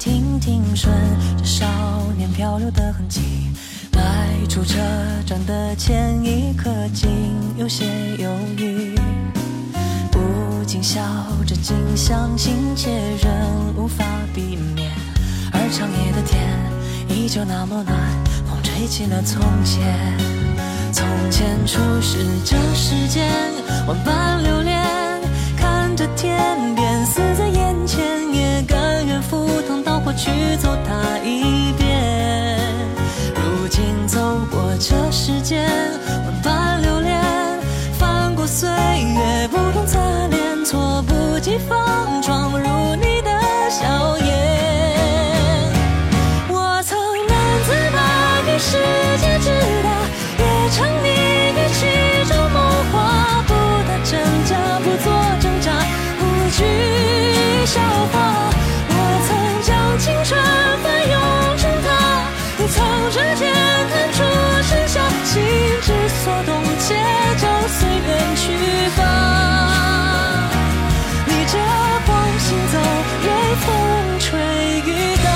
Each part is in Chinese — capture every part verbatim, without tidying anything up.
停停顺着少年漂流的痕迹，迈出车站的前一刻竟有些犹豫，不禁笑着竟相信且仍无法避免，而长夜的天依旧那么暖，风吹起了从前。从前初识这世间万般流连，看着天边死在眼前，也甘愿赴汤蹈火去走它一遍。如今走过这世间万般流连，翻过岁月不同擦脸，措不及防闯入你的笑颜。我曾难自拔给世界之大，也沉溺于其中梦话，不打真假，不做挣扎，不惧笑话。我曾将青春翻涌成她，你曾指尖弹出盛夏，心之所动，且就随缘去吧。逆着风行走，任风吹雨打。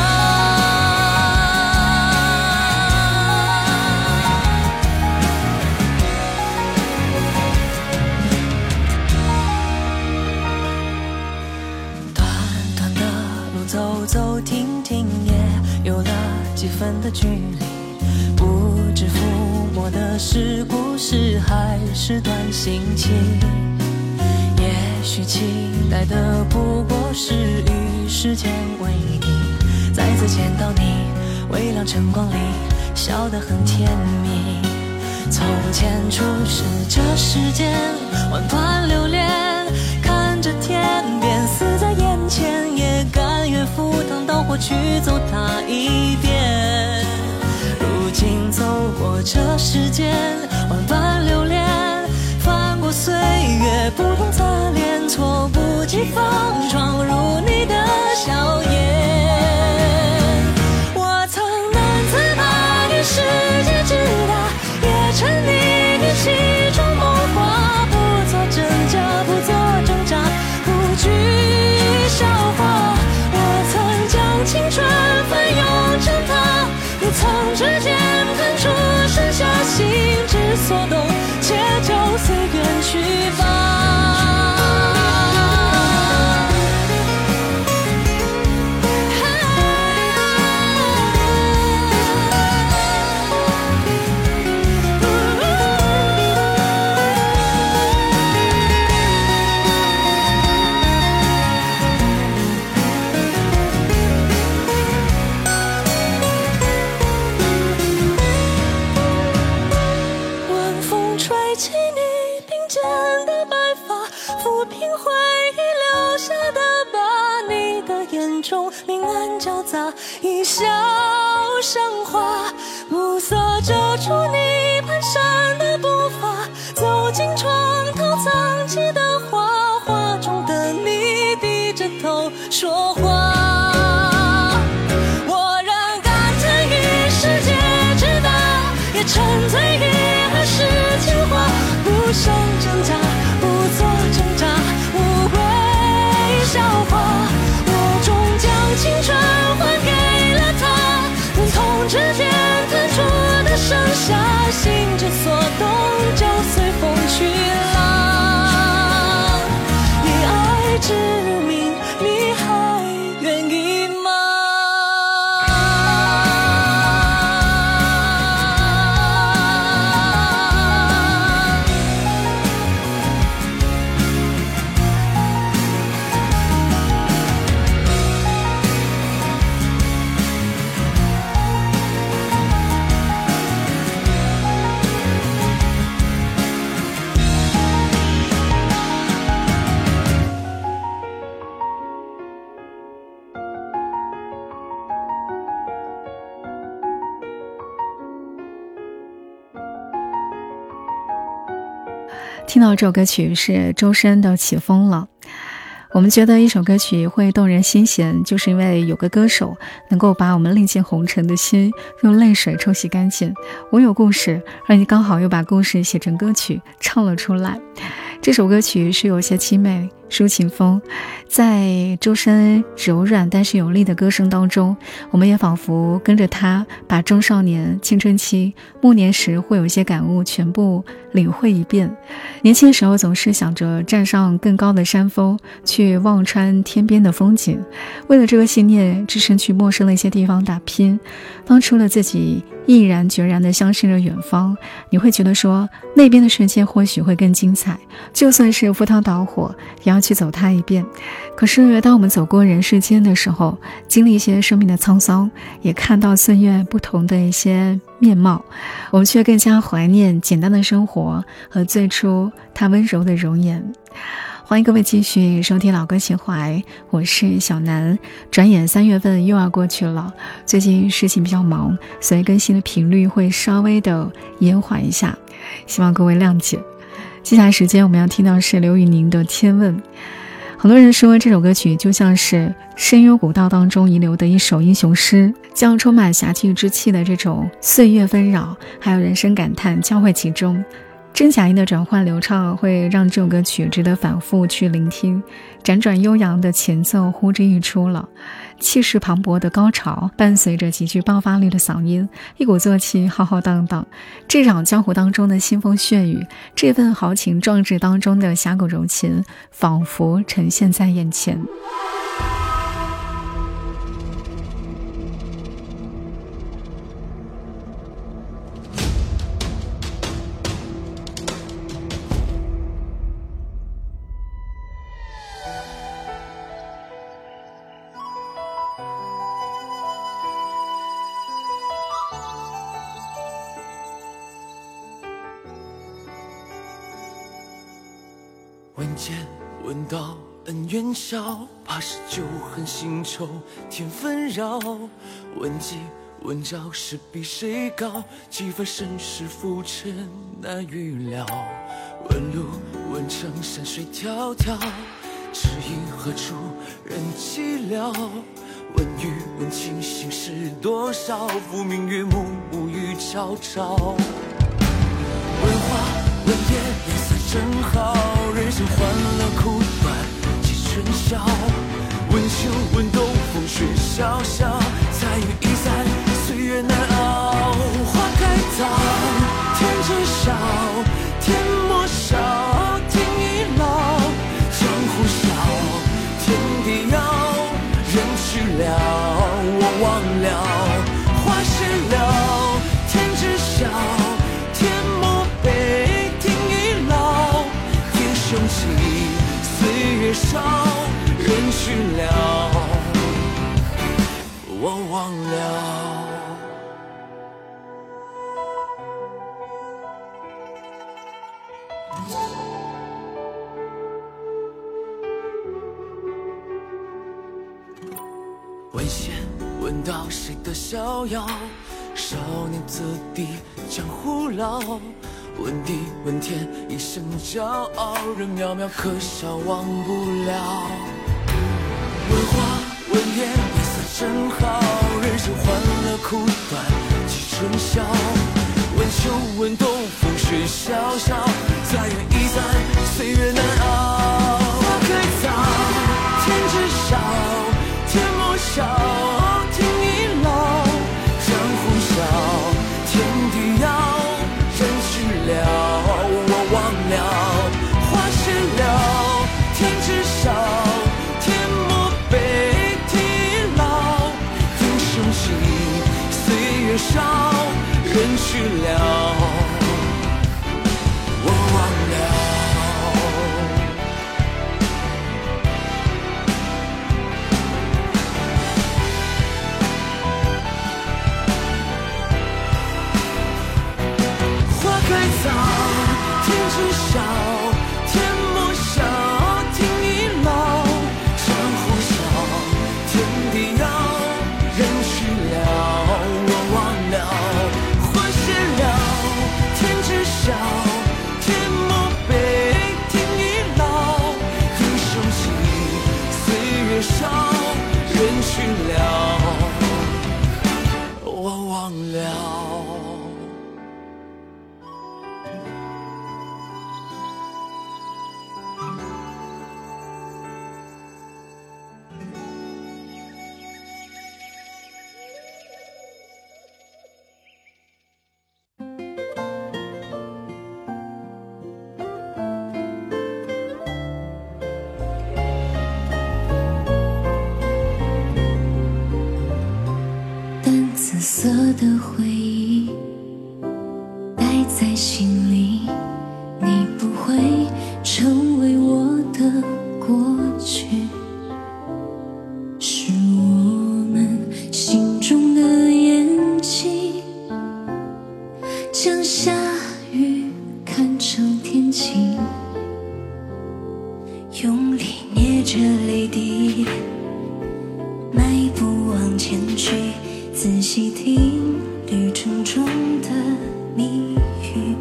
短短的路走走停停，也有了几分的距离，不知抚摸的是故事还是段心情，也许期待的不过是与时间为敌，再次见到你微亮晨光里笑得很甜蜜。从前初识这世间万般流连，看着天边死在眼前，也甘愿赴汤蹈火去走它一遍。如今走过这世间万般流连，翻过岁月不同擦脸，措不及防闯入你的笑颜。我曾难自拔给世界之大，也沉溺于其中梦话，不做真假，不做挣扎，不惧笑话。我曾将青春翻涌成她，你曾指尖弹出盛夏，心之所动，且就随缘去吧。明暗交杂，一笑生花，暮色遮住你蹒跚的步伐，走进床头藏起的画，画中的你低着头说话。我仍感叹于世界之大，也沉醉于儿时情话，不想挣扎，不做挣扎，无谓笑话。青春还给了他，疼痛之间弹出的盛夏，心之所动，就随风去啦。以爱之名，你还愿意吗？ 听到这首歌曲是周深的《起风了》。我们觉得一首歌曲会动人心弦，就是因为有个歌手能够把我们历尽红尘的心用泪水冲洗干净。我有故事，而你刚好又把故事写成歌曲唱了出来。 这首歌曲是有些凄美抒情风，在周深柔软但是有力的歌声当中，我们也仿佛跟着他把中少年、青春期、暮年时会有一些感悟全部领会一遍。年轻的时候总是想着站上更高的山峰去望穿天边的风景，为了这个信念只身去陌生的一些地方打拼，当初了自己毅然决然地相信了远方，你会觉得说那边的世界或许会更精彩，就算是赴汤蹈火也要去走它一遍。可是当我们走过人世间的时候，经历一些生命的沧桑，也看到岁月不同的一些面貌，我们却更加怀念简单的生活和最初它温柔的容颜。欢迎各位继续收听老歌情怀，我是小南。转眼三月份又要过去了，最近事情比较忙，所以更新的频率会稍微的延缓一下，希望各位谅解。接下来时间我们要听到是刘宇宁的《天问》。很多人说这首歌曲就像是深幽古道当中遗留的一首英雄诗，将充满侠气之气的这种岁月纷扰还有人生感叹交汇其中，真假音的转换流畅会让这首歌曲值得反复去聆听。辗转悠扬的前奏呼之欲出了，气势磅礴的高潮伴随着极具爆发力的嗓音，一鼓作气浩浩荡荡。这场江湖当中的腥风血雨，这份豪情壮志当中的侠骨柔情，仿佛呈现在眼前。 问剑问道恩怨消，怕是旧恨新仇添纷扰。问计问招是比谁高，几番身世浮沉难预料。问路问程山水迢迢，只因何处人寂寥。问雨问情心事多少，浮明月暮暮雨朝朝。问花问叶颜色正好，人生欢乐苦短几春宵。问秋问冬风雪萧萧，彩云易散岁月难熬。花开早天知晓，天莫笑天已老。江湖小天地遥，人去了我忘了。花谢了天知晓，天莫悲天已老。英雄起岁月少，人去了我忘了。问仙问道谁的逍遥，少年择地江湖老。问地问天一生骄傲，人渺渺可笑忘不了。问花问叶颜色正好，人生欢乐苦短几春宵。问秋问冬风雪萧萧，彩云易散岁月难熬。花开早天知晓，天莫笑天已老。江湖小天地遥，人去了我忘了。花谢了天知晓，天莫悲天已老。英雄起岁月少，人去了我忘了。花开早天知晓，天莫笑天已老。江湖小天地遥，人去了我忘了。花谢了天知晓，天莫悲天已老。英雄起岁月少，人去了我忘了。 的回忆带在心里，你不会成为我的过去，是我们心中的眼睛，将下雨看成天晴，用力捏着泪滴，迈步往前去，仔细听旅程中的谜语，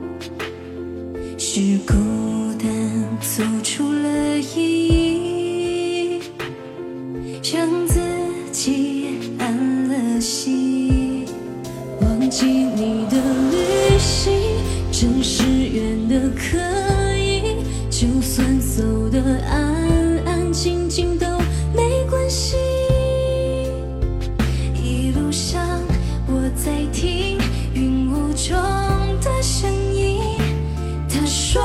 是孤单做出了意义，让自己安了息，忘记你的旅行真是远的可以，就算走得安安静静都没关系，一路上我在听云雾中的声音，他说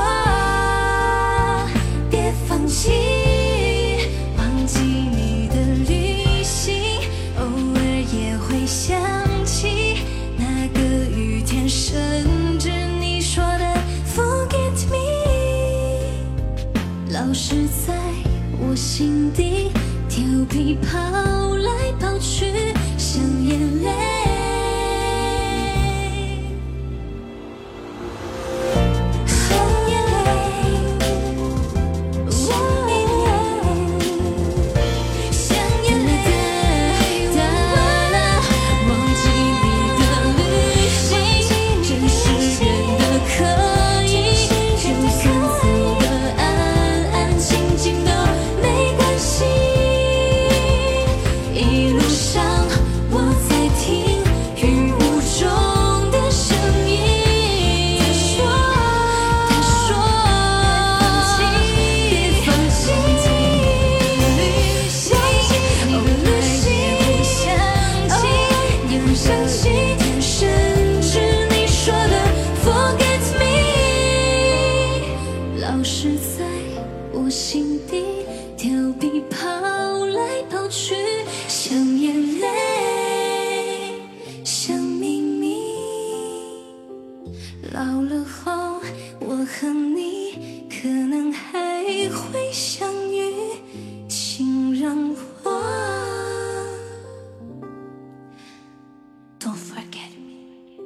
别放弃，忘记你的旅行，偶尔也会想起那个雨天，甚至你说的 Forget me， 老是在我心底调皮跑来跑去，像眼泪。老了后，我和你可能还会相遇，请让我 Don't forget me。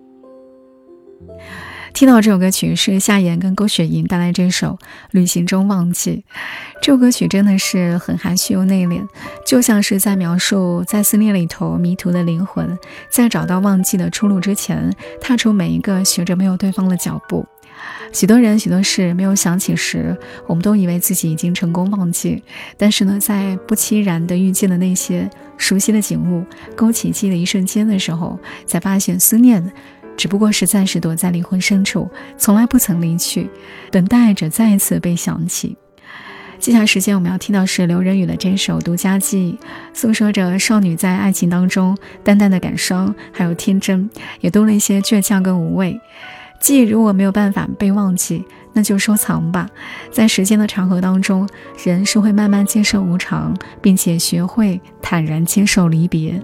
听到这首歌曲是夏言跟郭雪莹带来这首《旅行中忘记》，这首歌曲真的是很含蓄又内敛，就像是在描述在思念里头迷途的灵魂，在找到忘记的出路之前，踏出每一个学着没有对方的脚步。许多人许多事没有想起时，我们都以为自己已经成功忘记，但是呢，在不期然的遇见了那些熟悉的景物，勾起记忆的一瞬间的时候，才发现思念只不过是暂时躲在灵魂深处，从来不曾离去，等待着再次被想起。接下来时间我们要听到是刘仁宇的这首《独家记忆》，诉说着少女在爱情当中淡淡的感伤还有天真，也多了一些倔强跟无畏。记忆如果没有办法被忘记，那就收藏吧。在时间的长河当中，人是会慢慢接受无常，并且学会坦然接受离别。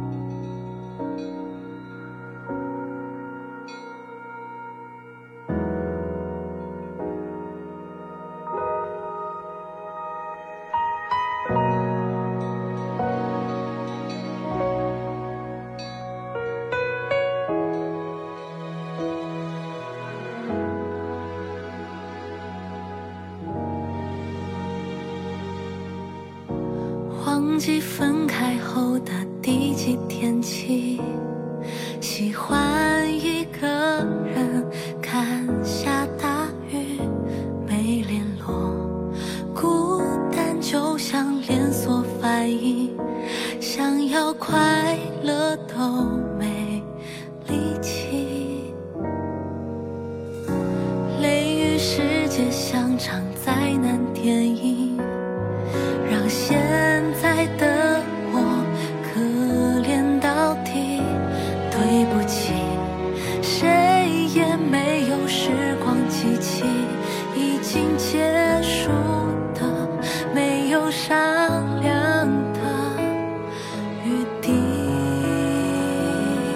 忘记分开后的第几天起，喜欢一个人看下大雨，没联络，孤单就像连锁反应，想要快乐都没力气，雷雨世界像场灾难电影，让现在的我可怜到底。对不起，谁也没有时光机器，已经结束的没有商量的余地。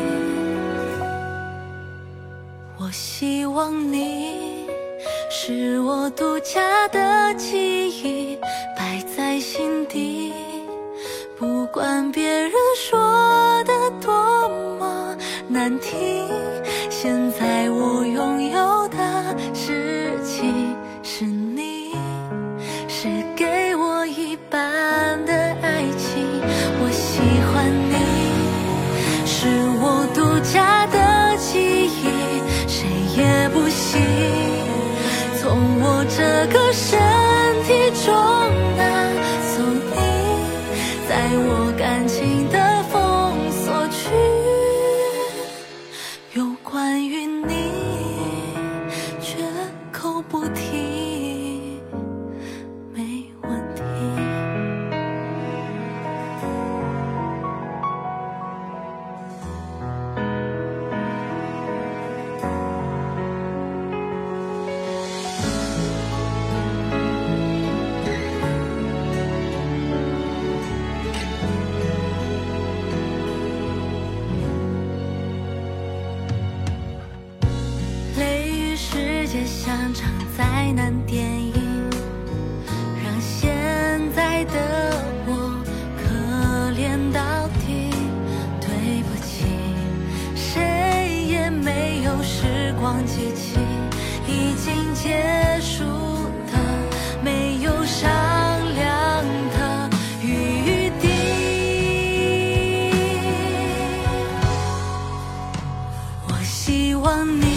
我希望你是我独家的记忆，摆在心底，不管别人说的多么难听，现在我拥有的事情是你，是给我一半的爱情。我喜欢你，是我独家的记忆，谁也不行从我这个身体中拿走你，在我感情的封锁区，有关于你绝口不提，没问题。像场灾难电影，让现在的我可怜到底。对不起，谁也没有时光机器，已经结束的没有商量的余地。我希望你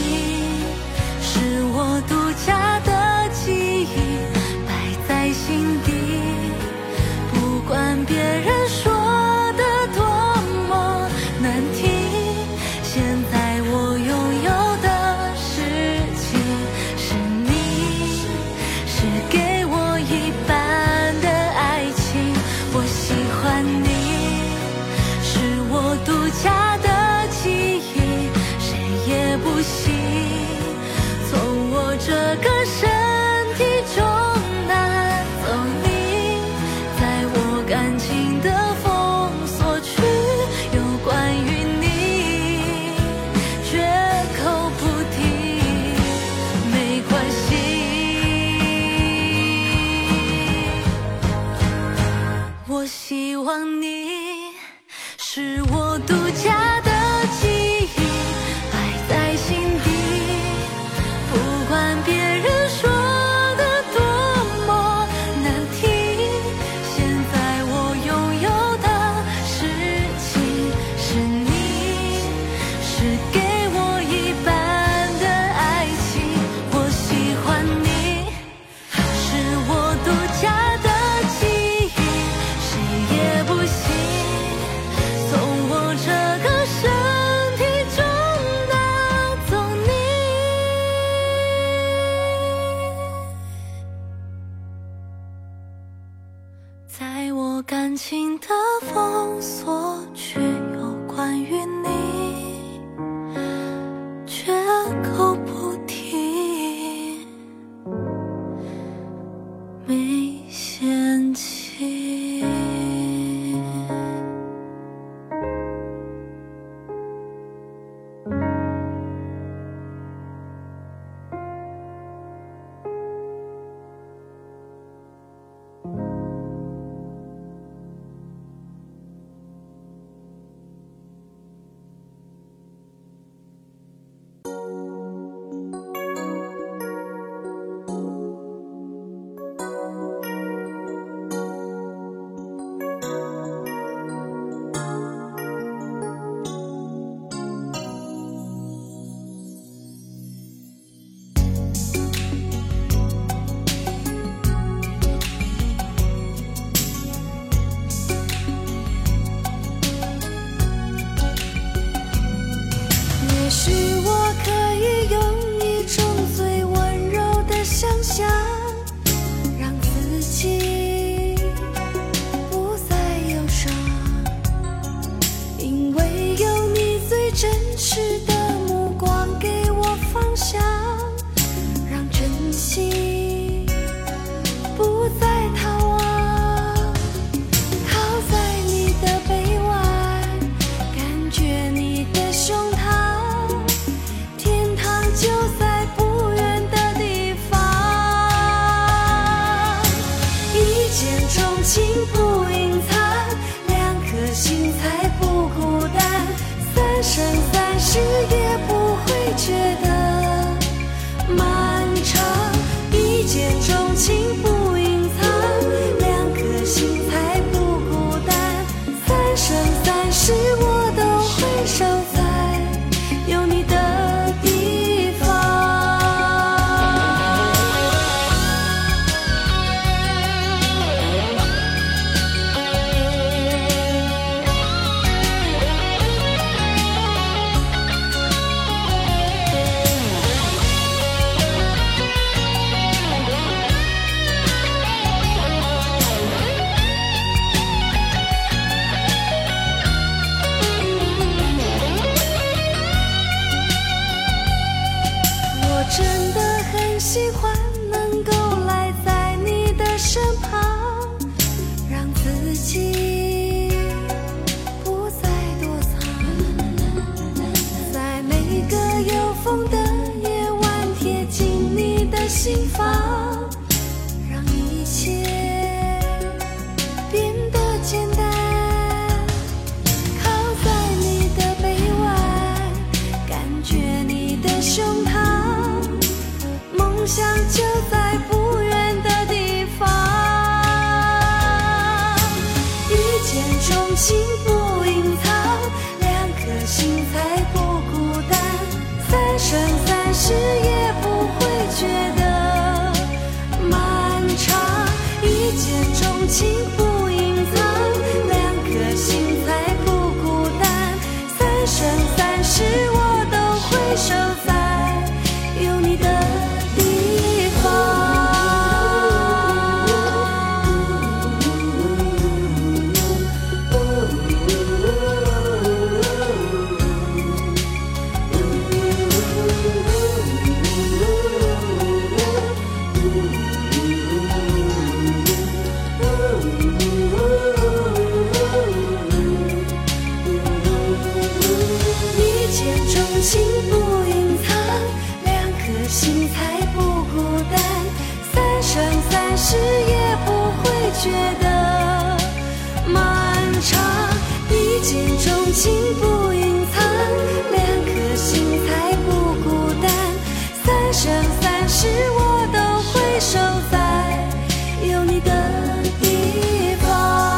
独家的记忆，摆在心底，不管别人说的多么难听，现在我拥有的事情是你，是给我一半的爱情。我喜欢你，是我独家的记忆，谁也不行这个身体中拿走你，在我感情的封锁区，有关于你绝口不提，没关系。我希望你是我独家的记忆，摆在心底，不管别人说的多么难听，现在我拥有的事情是你，是给我一半的爱情。我喜欢你，是我独家的记忆，谁也不行从我这个身体中拿走你。在我感情的封锁区，有关于你绝口不提，没嫌弃。 真的很喜欢能够赖在你的身旁，让自己不再躲藏，在每个有风的夜晚贴近你的心房，让一切变得简单。靠在你的臂弯，感觉你的胸膛，梦想就在不远的地方。一见钟情不隐藏，两颗心才不孤单。三生三世也不会觉得漫长。一见钟情不隐藏，两颗心才不孤单。三生三世我都会守在有你的地方。一见钟情不隐藏，两颗心才不孤单。三生三世也不会觉得漫长。一见钟情不隐藏，两颗心才不孤单。三生三世我都会守在有你的地方。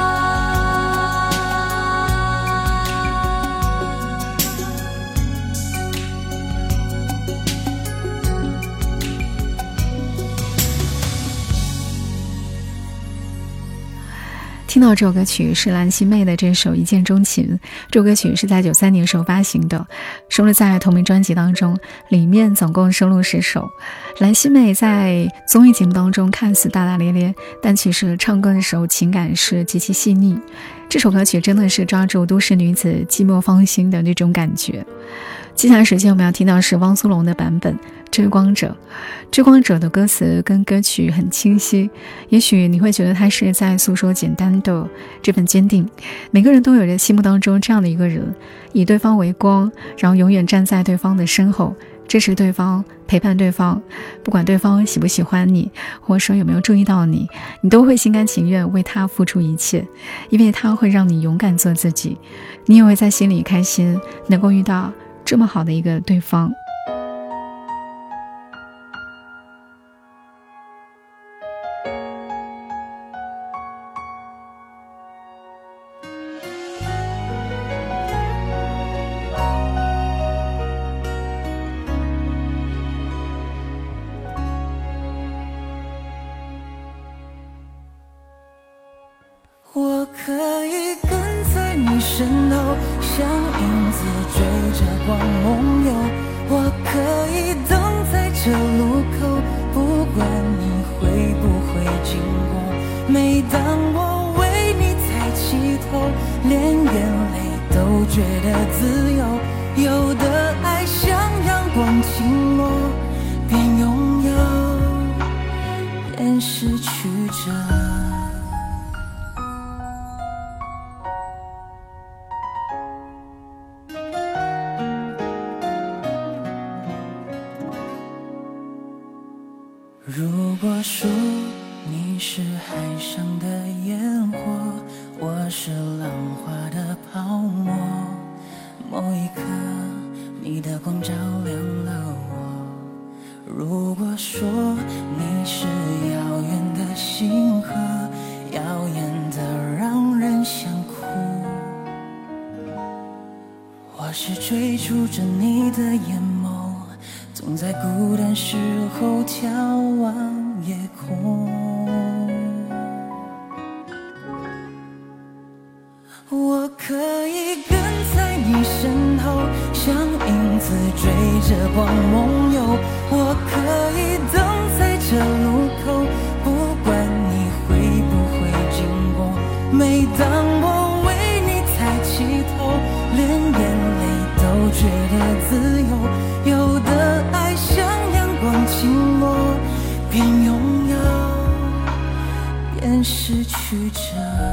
听到这首歌曲是蓝心湄的这首《一见钟情》，这首歌曲是在九三年时候发行的，收录在同名专辑当中，里面总共收录十首。蓝心湄在综艺节目当中看似大大咧咧，但其实唱歌的时候情感是极其细腻。这首歌曲真的是抓住都市女子寂寞芳心的那种感觉。接下来时间我们要听到是汪苏泷的版本《追光者》。追光者的歌词跟歌曲很清晰，也许你会觉得他是在诉说简单的这份坚定。每个人都有着心目当中这样的一个人，以对方为光，然后永远站在对方的身后，支持对方，陪伴对方，不管对方喜不喜欢你，或者说有没有注意到你，你都会心甘情愿为他付出一切，因为他会让你勇敢做自己，你也会在心里开心，能够遇到这么好的一个对方。 我可以跟在你身后，像影子追着光梦游。我可以等在这路口，不管你会不会经过。每当我为你抬起头，连眼泪都觉得自由。有的爱像阳光倾落，边拥有边失去着。如果说你是海上的烟火，我是浪花的泡沫，某一刻你的光照亮了我。如果说你是遥远的星河，耀眼的让人想哭，我是追逐着你的眼眸，总在孤单时候眺望夜空。我可以跟在你身后，像影子追着光梦游。我可以等在这路口，不管你会不会经过。每当我为你抬起头，连眼泪都觉得自由。有的爱像是曲折。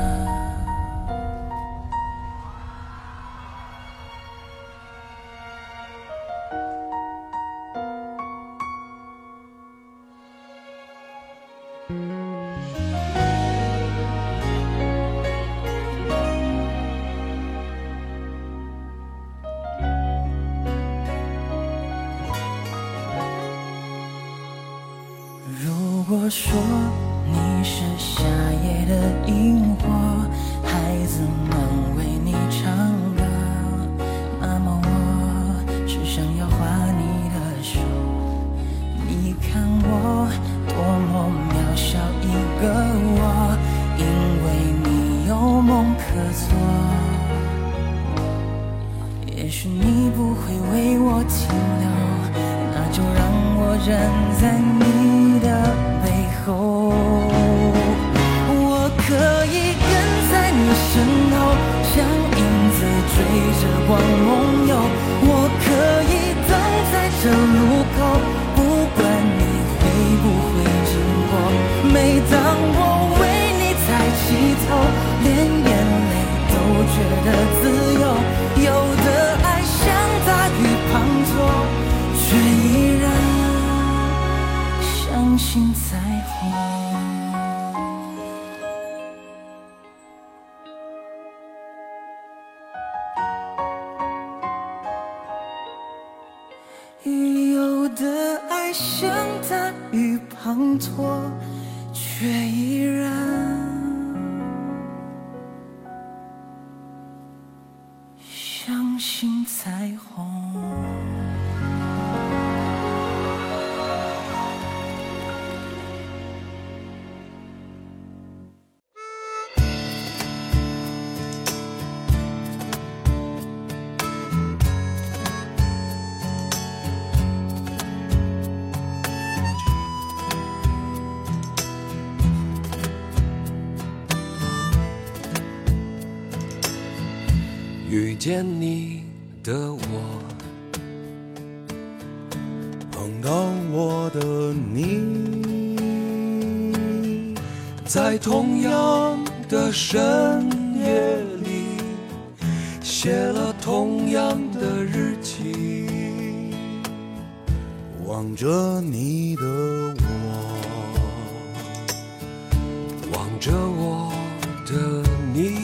如果说你是夏夜的萤火，孩子们为你唱歌，那么我只想要画你的手。你看我多么渺小一个我，因为你有梦可做。也许你不会为我停留，那就让我站在你的背后。我可以跟在你身后，像影子追着光梦游。我可以等在这路口，不管你会不会经过。每当我为你抬起头，连眼泪都觉得自由。有的爱像大雨滂沱，却依然相信彩虹。有的爱像大雨滂沱，却依然相信彩虹。 遇见你的我， 碰到我的你， 在同样的深夜里，写了同样的日记。 望着你的我， 望着我的你，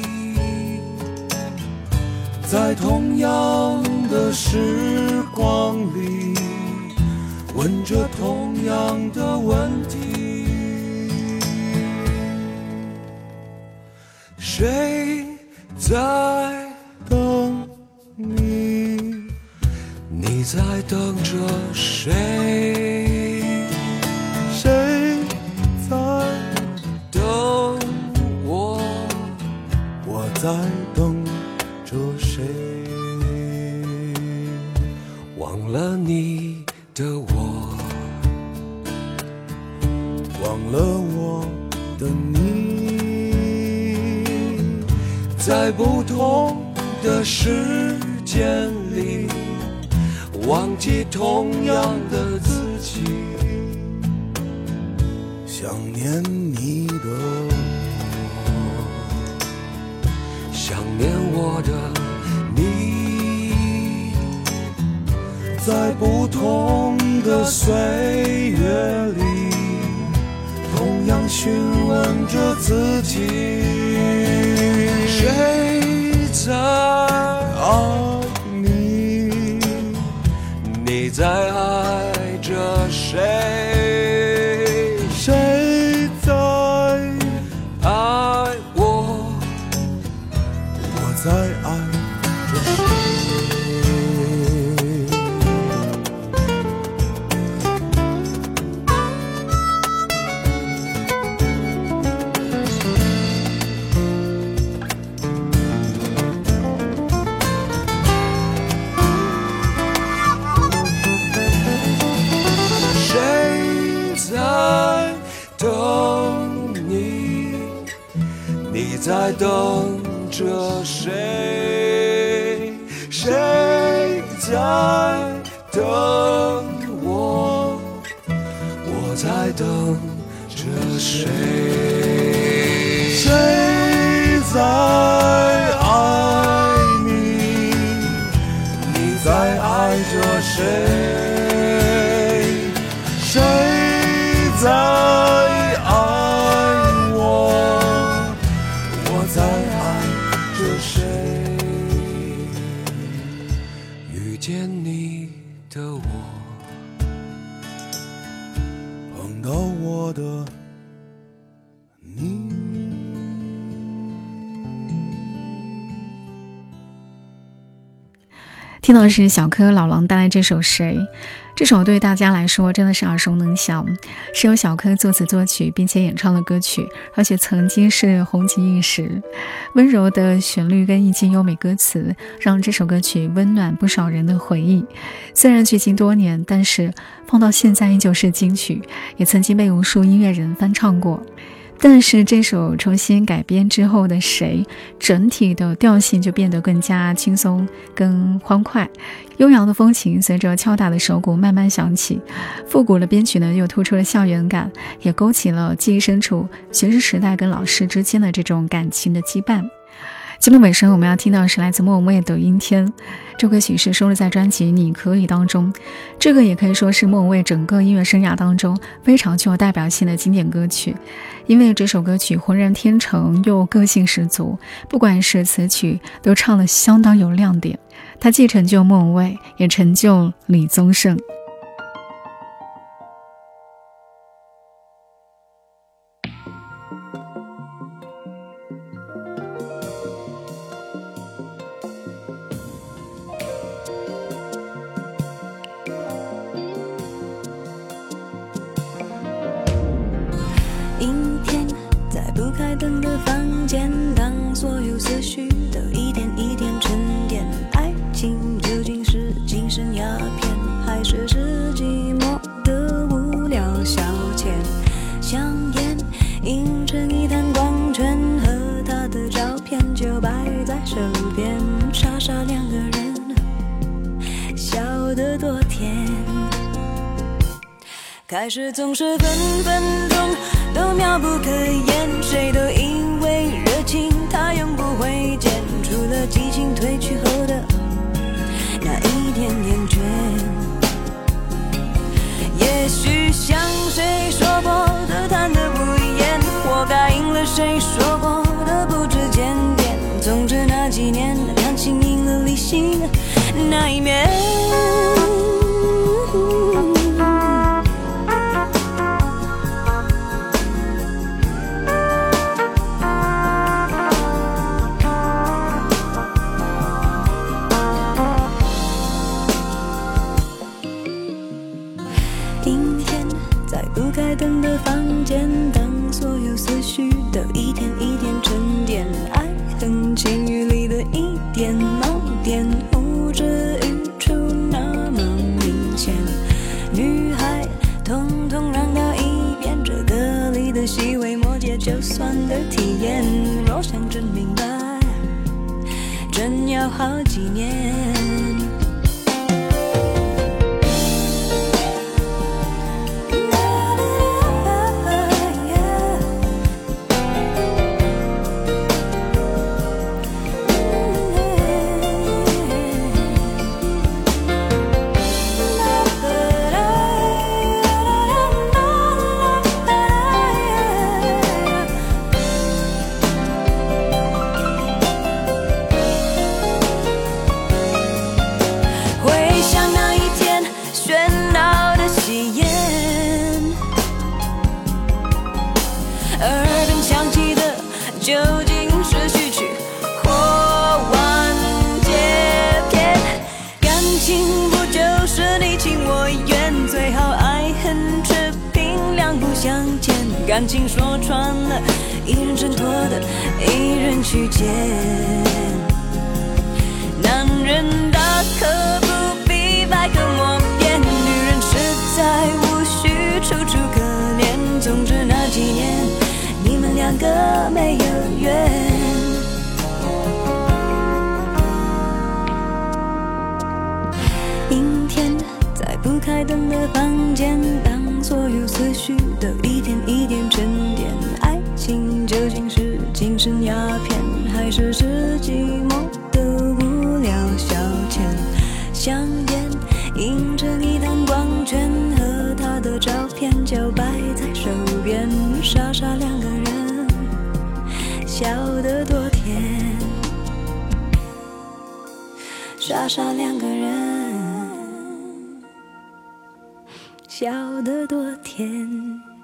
在同样的时光里，问着同样的问题。谁在等你？ 你在等着谁？ 谁在等我？ 我在等着谁？ 忘了你的我， 忘了我的你， 在不同的时间里，忘记同样的自己。 想念你的我， 想念我的你， 在不同的岁月里，同样询问着自己。 谁在爱你？ 你在爱着谁？ 谁在爱我？ 我在爱着谁？ 你在等着谁？谁在等我？我在等着谁？ 谁在爱你？你在爱着谁？谁在爱我？我在爱着谁？遇见你的我，碰到我的你。 听到的是小柯老狼带来这首《谁》，这首对大家来说真的是耳熟能详，是由小柯作词作曲并且演唱的歌曲，而且曾经是红极一时。温柔的旋律跟意境优美歌词，让这首歌曲温暖不少人的回忆。虽然距今多年，但是放到现在依旧是金曲，也曾经被无数音乐人翻唱过。但是这首重新改编之后的《谁》，整体的调性就变得更加轻松更欢快，悠扬的风情随着敲打的手鼓慢慢响起，复古的编曲呢又突出了校园感，也勾起了记忆深处学生时代跟老师之间的这种感情的羁绊。节目尾声我们要听到的是来自莫文蔚的《阴天》，这歌曲是收录在专辑《你可以》当中，这个也可以说是莫文蔚整个音乐生涯当中非常具有代表性的经典歌曲。因为这首歌曲浑然天成又个性十足，不管是词曲都唱得相当有亮点，它既成就莫文蔚，也成就李宗盛。 阴天，在不开灯的房间，当所有思绪都一点一点沉淀，爱情究竟是精神鸦片，还是是寂寞的无聊消遣？香烟映成一滩光圈，和他的照片就摆在手边，傻傻两个人笑得多甜。开始总是分分钟都妙不可言，谁都以为热情它永不会减，除了激情褪去后的那一点厌倦。也许像谁说过的谈得不厌，活该应了谁说过的不知检点，总之那几年感情赢了理性那一面。不开灯的房间，当所有思绪都一点一点沉淀，爱恨情欲里的一点盲点，呼之欲出那么明显。女孩统统让到一边，这歌里的细微末节就算的体验，若想真明白，真要好几年。究竟是序曲或完结篇？感情不就是你情我愿，最好爱恨持平，两不相欠。感情说穿了，一人挣脱的，一人去捡。男人大可不必百口莫辩，女人实在无需楚楚可怜。总之那几年，你们两个没有缘。阴天，在不开灯的房间，当所有思绪都一点一点沉淀，爱情究竟是精神鸦片，还是只寂寞的无聊消遣。香烟映着你弹光圈，和他的照片就摆在手边，傻傻两个人，笑得多甜。傻傻两个人，笑得多甜。